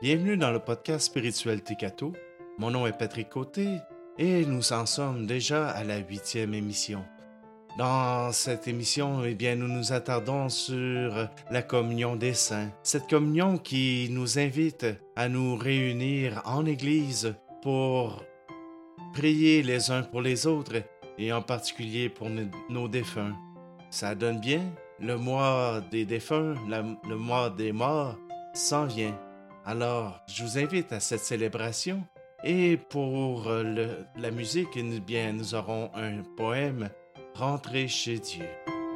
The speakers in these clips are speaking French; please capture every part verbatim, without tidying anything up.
Bienvenue dans le podcast spirituel Tekato. Mon nom est Patrick Côté et nous en sommes déjà à la huitième émission. Dans cette émission, eh bien, nous nous attardons sur la communion des saints. Cette communion qui nous invite à nous réunir en Église pour prier les uns pour les autres et en particulier pour nos défunts. Ça donne bien, le mois des défunts, la, le mois des morts s'en vient. Alors, je vous invite à cette célébration et pour le, la musique, eh bien, nous aurons un poème « Rentrer chez Dieu ».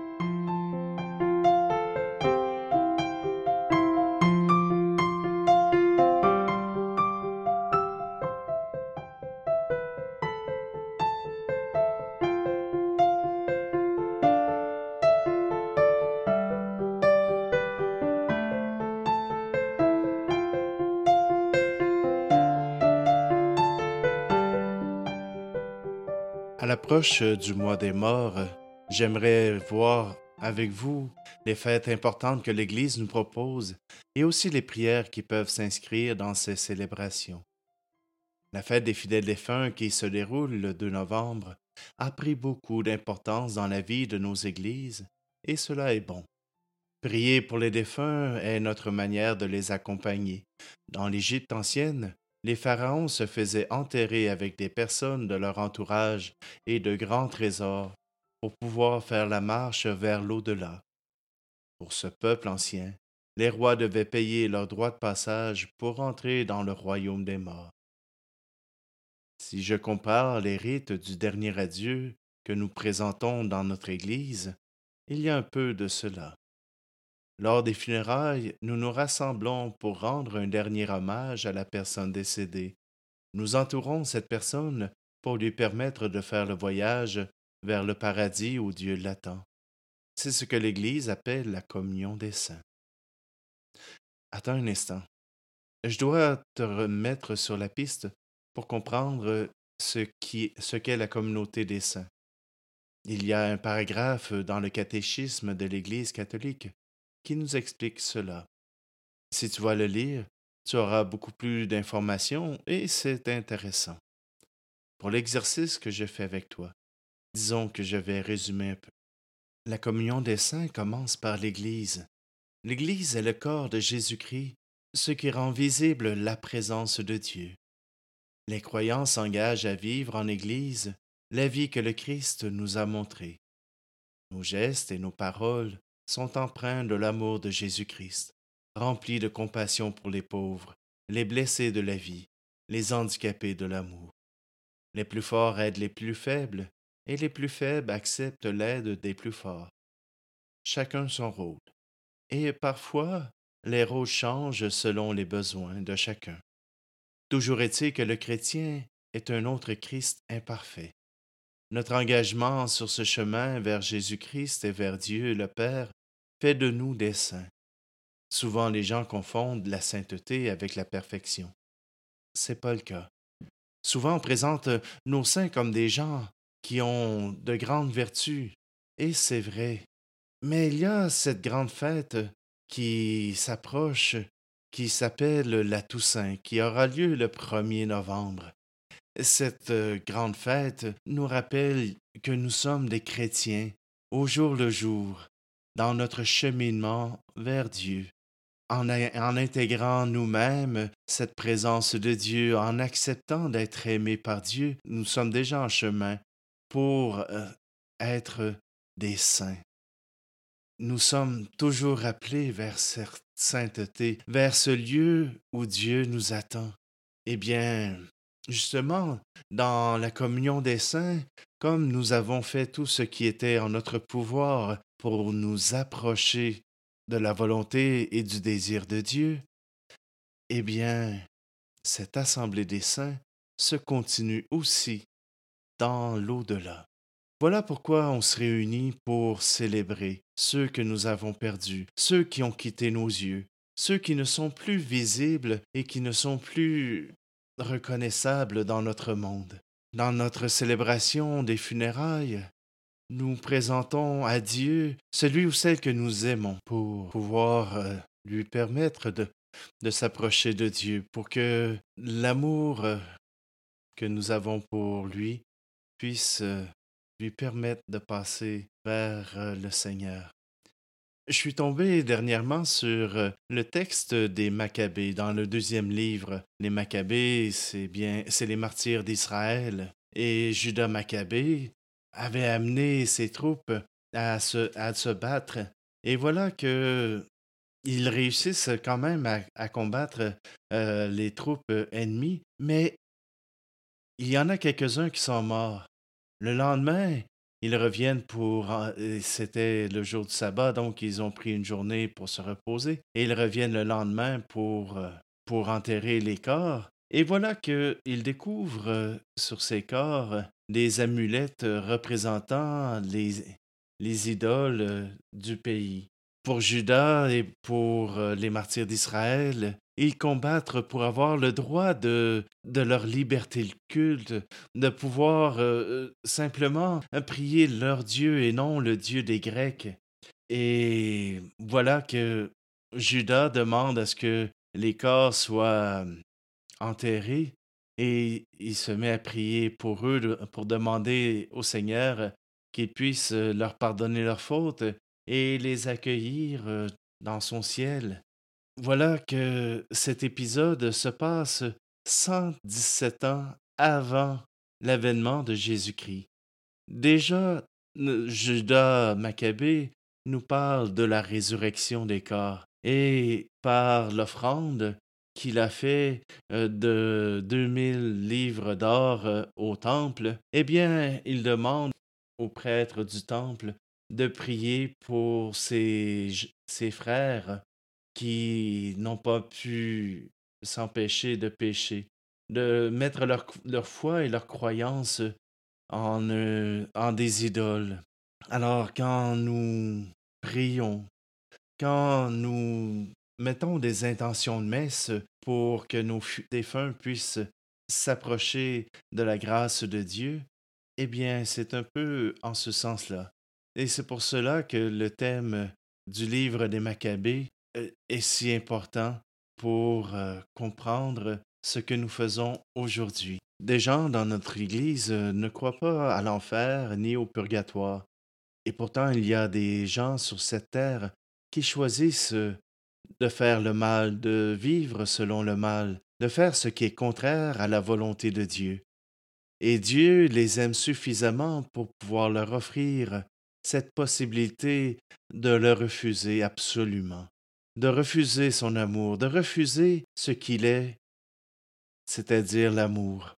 À l'approche du mois des morts, j'aimerais voir avec vous les fêtes importantes que l'Église nous propose et aussi les prières qui peuvent s'inscrire dans ces célébrations. La fête des fidèles défunts qui se déroule le deux novembre a pris beaucoup d'importance dans la vie de nos églises et cela est bon. Prier pour les défunts est notre manière de les accompagner. Dans l'Égypte ancienne, les pharaons se faisaient enterrer avec des personnes de leur entourage et de grands trésors pour pouvoir faire la marche vers l'au-delà. Pour ce peuple ancien, les rois devaient payer leur droit de passage pour entrer dans le royaume des morts. Si je compare les rites du dernier adieu que nous présentons dans notre Église, il y a un peu de cela. Lors des funérailles, nous nous rassemblons pour rendre un dernier hommage à la personne décédée. Nous entourons cette personne pour lui permettre de faire le voyage vers le paradis où Dieu l'attend. C'est ce que l'Église appelle la communion des saints. Attends un instant. Je dois te remettre sur la piste pour comprendre ce qui, ce qu'est la communauté des saints. Il y a un paragraphe dans le catéchisme de l'Église catholique qui nous explique cela. Si tu vas le lire, tu auras beaucoup plus d'informations et c'est intéressant. Pour l'exercice que je fais avec toi, disons que je vais résumer un peu. La communion des saints commence par l'Église. L'Église est le corps de Jésus-Christ, ce qui rend visible la présence de Dieu. Les croyants s'engagent à vivre en Église la vie que le Christ nous a montrée. Nos gestes et nos paroles sont empreints de l'amour de Jésus-Christ, remplis de compassion pour les pauvres, les blessés de la vie, les handicapés de l'amour. Les plus forts aident les plus faibles, et les plus faibles acceptent l'aide des plus forts. Chacun son rôle. Et parfois, les rôles changent selon les besoins de chacun. Toujours est-il que le chrétien est un autre Christ imparfait. Notre engagement sur ce chemin vers Jésus-Christ et vers Dieu le Père fait de nous des saints. Souvent, les gens confondent la sainteté avec la perfection. C'est pas le cas. Souvent, on présente nos saints comme des gens qui ont de grandes vertus, et c'est vrai. Mais il y a cette grande fête qui s'approche, qui s'appelle la Toussaint, qui aura lieu le premier novembre. Cette euh, grande fête nous rappelle que nous sommes des chrétiens au jour le jour, dans notre cheminement vers Dieu. En, a- en intégrant nous-mêmes cette présence de Dieu, en acceptant d'être aimés par Dieu, nous sommes déjà en chemin pour euh, être des saints. Nous sommes toujours appelés vers cette sainteté, vers ce lieu où Dieu nous attend. Eh bien, justement, dans la communion des saints, comme nous avons fait tout ce qui était en notre pouvoir pour nous approcher de la volonté et du désir de Dieu, eh bien, cette assemblée des saints se continue aussi dans l'au-delà. Voilà pourquoi on se réunit pour célébrer ceux que nous avons perdus, ceux qui ont quitté nos yeux, ceux qui ne sont plus visibles et qui ne sont plus reconnaissables dans notre monde. Dans notre célébration des funérailles, nous présentons à Dieu celui ou celle que nous aimons pour pouvoir euh, lui permettre de, de s'approcher de Dieu, pour que l'amour euh, que nous avons pour lui puisse euh, lui permettre de passer vers euh, le Seigneur. Je suis tombé dernièrement sur euh, le texte des Maccabées dans le deuxième livre. Les Maccabées, c'est bien, c'est les martyrs d'Israël. Et Judas Maccabée avait amené ses troupes à se, à se battre. Et voilà que ils réussissent quand même à, à combattre euh, les troupes ennemies, mais il y en a quelques-uns qui sont morts. Le lendemain, ils reviennent pour... en- et c'était le jour du sabbat, donc ils ont pris une journée pour se reposer. Et ils reviennent le lendemain pour, euh, pour enterrer les corps. Et voilà qu'ils découvrent euh, sur ces corps euh, des amulettes euh, représentant les, les idoles euh, du pays. Pour Judas et pour euh, les martyrs d'Israël, ils combattent pour avoir le droit de, de leur liberté de culte, de pouvoir euh, euh, simplement prier leur Dieu et non le Dieu des Grecs. Et voilà que Judas demande à ce que les corps soient euh, enterrés et il se met à prier pour eux, de- pour demander au Seigneur qu'il puisse euh, leur pardonner leurs fautes et les accueillir euh, dans son ciel. Voilà que cet épisode se passe cent dix-sept ans avant l'avènement de Jésus-Christ. Déjà, ne- Judas Maccabée nous parle de la résurrection des corps et par l'offrande qu'il a fait euh, de deux mille livres d'or euh, au temple, eh bien, il demande aux prêtres du temple de prier pour ses, ses frères qui n'ont pas pu s'empêcher de pécher, de mettre leur, leur foi et leur croyance en, euh, en des idoles. Alors, quand nous prions, quand nous mettons des intentions de messe pour que nos fu- défunts puissent s'approcher de la grâce de Dieu, eh bien, c'est un peu en ce sens-là. Et c'est pour cela que le thème du livre des Maccabées euh, est si important pour euh, comprendre ce que nous faisons aujourd'hui. Des gens dans notre Église euh, ne croient pas à l'enfer ni au purgatoire. Et pourtant, il y a des gens sur cette terre qui choisissent euh, de faire le mal, de vivre selon le mal, de faire ce qui est contraire à la volonté de Dieu. Et Dieu les aime suffisamment pour pouvoir leur offrir cette possibilité de le refuser absolument, de refuser son amour, de refuser ce qu'il est, c'est-à-dire l'amour.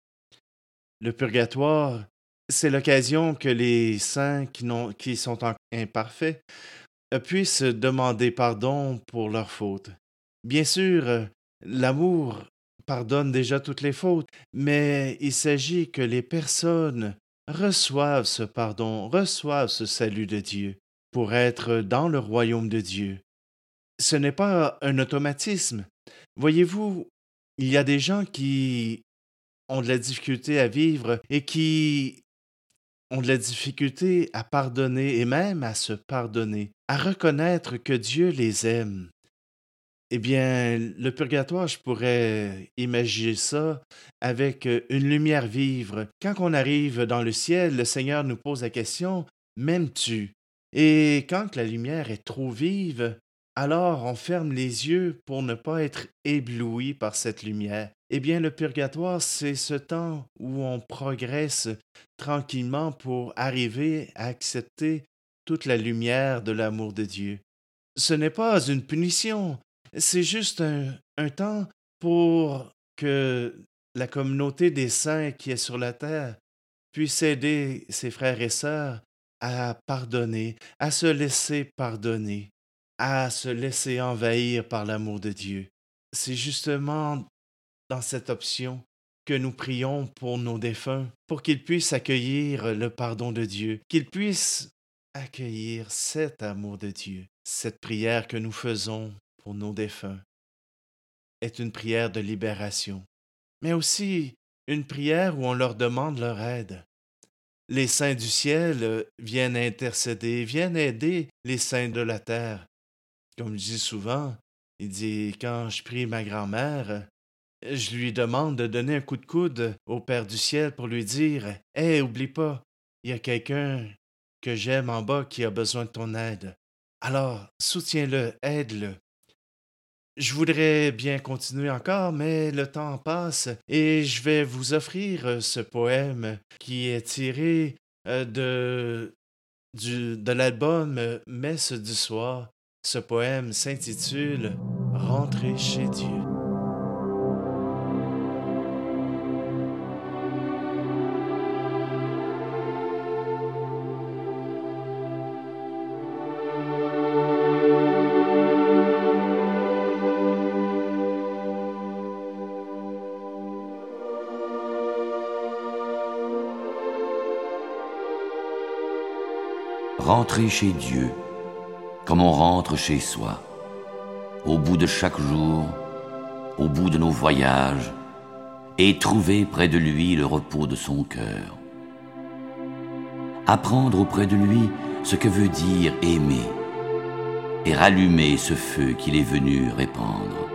Le purgatoire, c'est l'occasion que les saints qui, n'ont- qui sont en- imparfaits euh, puissent demander pardon pour leurs fautes. Bien sûr, euh, l'amour pardonne déjà toutes les fautes, mais il s'agit que les personnes reçoivent ce pardon, reçoivent ce salut de Dieu pour être dans le royaume de Dieu. Ce n'est pas un automatisme. Voyez-vous, il y a des gens qui ont de la difficulté à vivre et qui ont de la difficulté à pardonner et même à se pardonner, à reconnaître que Dieu les aime. Eh bien, le purgatoire, je pourrais imaginer ça avec euh, une lumière vive. Quand on arrive dans le ciel, le Seigneur nous pose la question, m'aimes-tu? Et quand la lumière est trop vive, alors on ferme les yeux pour ne pas être ébloui par cette lumière. Eh bien, le purgatoire, c'est ce temps où on progresse tranquillement pour arriver à accepter toute la lumière de l'amour de Dieu. Ce n'est pas une punition, c'est juste un, un temps pour que la communauté des saints qui est sur la terre puisse aider ses frères et sœurs à pardonner, à se laisser pardonner, à se laisser envahir par l'amour de Dieu. C'est justement dans cette option que nous prions pour nos défunts, pour qu'ils puissent accueillir le pardon de Dieu, qu'ils puissent accueillir cet amour de Dieu. Cette prière que nous faisons pour nos défunts est une prière de libération, mais aussi une prière où on leur demande leur aide. Les saints du ciel euh, viennent intercéder, viennent aider les saints de la terre. Comme je dis souvent, Il dit, quand je prie ma grand-mère, je lui demande de donner un coup de coude au Père du ciel pour lui dire, Hé, oublie pas, il y a quelqu'un que j'aime en bas qui a besoin de ton aide. Alors, soutiens-le, aide-le. Je voudrais bien continuer encore, mais le temps passe et je vais vous offrir euh, ce poème qui est tiré euh, de, du, de l'album euh, Messe du soir. Ce poème s'intitule Rentrer chez Dieu. Rentrer chez Dieu, comme on rentre chez soi, au bout de chaque jour, au bout de nos voyages, et trouver près de lui le repos de son cœur. Apprendre auprès de lui ce que veut dire aimer, et rallumer ce feu qu'il est venu répandre.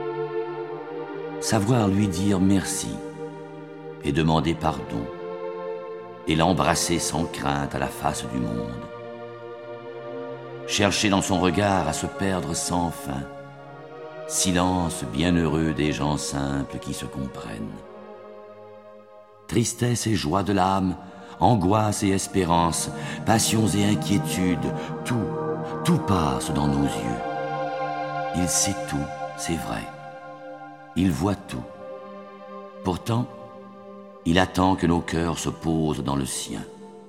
Savoir lui dire merci, et demander pardon, et l'embrasser sans crainte à la face du monde. Chercher dans son regard à se perdre sans fin, silence bienheureux des gens simples qui se comprennent. Tristesse et joie de l'âme, angoisse et espérance, passions et inquiétudes, tout, tout passe dans nos yeux. Il sait tout, c'est vrai. Il voit tout. Pourtant, il attend que nos cœurs se posent dans le sien.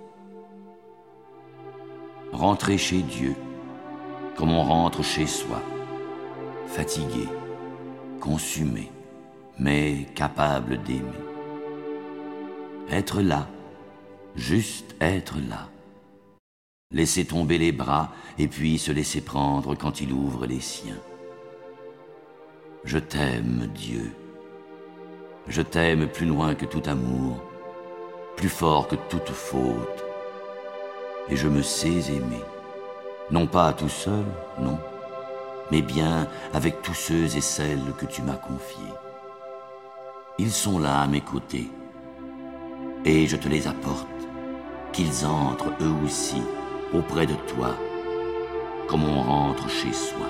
Rentrer chez Dieu, comme on rentre chez soi, fatigué, consumé, mais capable d'aimer. Être là, juste être là. Laisser tomber les bras et puis se laisser prendre quand il ouvre les siens. Je t'aime, Dieu. Je t'aime plus loin que tout amour, plus fort que toute faute. Et je me sais aimer. Non pas tout seul, non, mais bien avec tous ceux et celles que tu m'as confiés. Ils sont là à mes côtés, et je te les apporte, qu'ils entrent eux aussi auprès de toi, comme on rentre chez soi.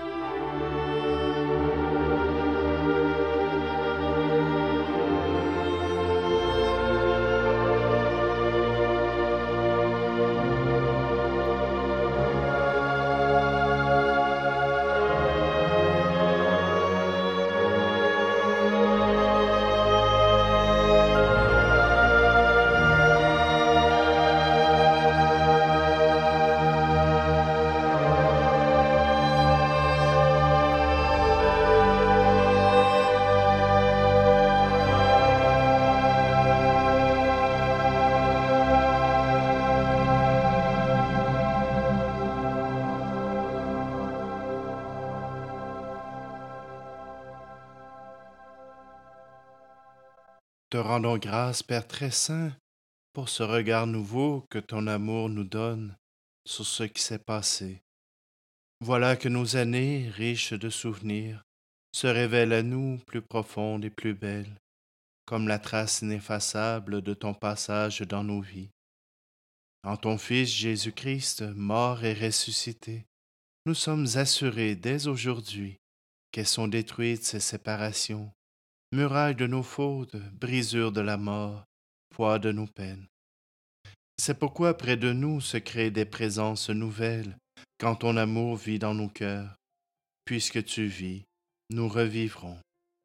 Te rendons grâce, Père très saint, pour ce regard nouveau que ton amour nous donne sur ce qui s'est passé. Voilà que nos années, riches de souvenirs, se révèlent à nous plus profondes et plus belles, comme la trace ineffaçable de ton passage dans nos vies. En ton Fils Jésus-Christ, mort et ressuscité, nous sommes assurés dès aujourd'hui qu'elles sont détruites ces séparations, murailles de nos fautes, brisures de la mort, poids de nos peines. C'est pourquoi près de nous se créent des présences nouvelles, quand ton amour vit dans nos cœurs. Puisque tu vis, nous revivrons.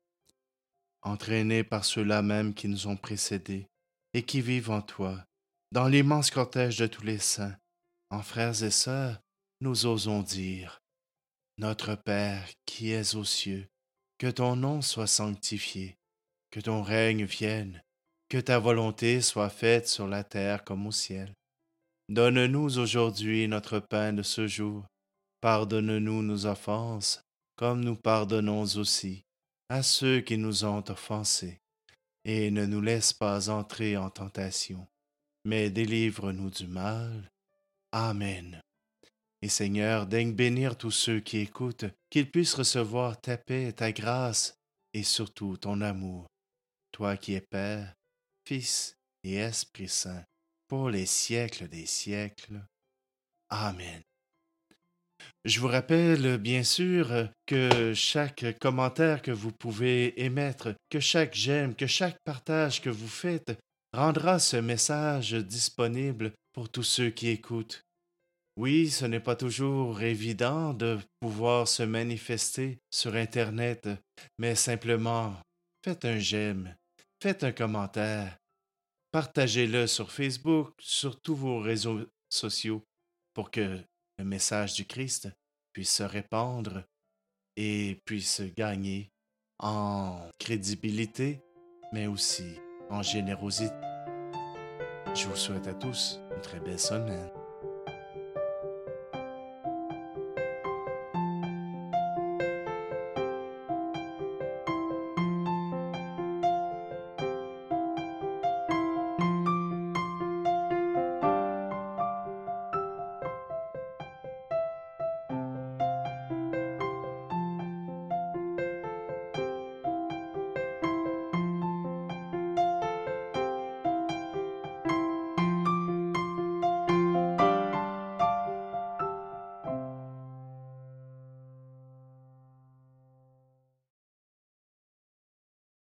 Entraînés par ceux-là même qui nous ont précédés et qui vivent en toi, dans l'immense cortège de tous les saints, en frères et sœurs, nous osons dire, Notre Père qui es aux cieux, que ton nom soit sanctifié, que ton règne vienne, que ta volonté soit faite sur la terre comme au ciel. Donne-nous aujourd'hui notre pain de ce jour. Pardonne-nous nos offenses, comme nous pardonnons aussi à ceux qui nous ont offensés. Et ne nous laisse pas entrer en tentation, mais délivre-nous du mal. Amen. Et Seigneur, daigne bénir tous ceux qui écoutent, qu'ils puissent recevoir ta paix, ta grâce et surtout ton amour. Toi qui es Père, Fils et Esprit Saint, pour les siècles des siècles. Amen. Je vous rappelle bien sûr que chaque commentaire que vous pouvez émettre, que chaque j'aime, que chaque partage que vous faites rendra ce message disponible pour tous ceux qui écoutent. Oui, ce n'est pas toujours évident de pouvoir se manifester sur Internet, mais simplement faites un j'aime, faites un commentaire, partagez-le sur Facebook, sur tous vos réseaux sociaux pour que le message du Christ puisse se répandre et puisse gagner en crédibilité, mais aussi en générosité. Je vous souhaite à tous une très belle semaine.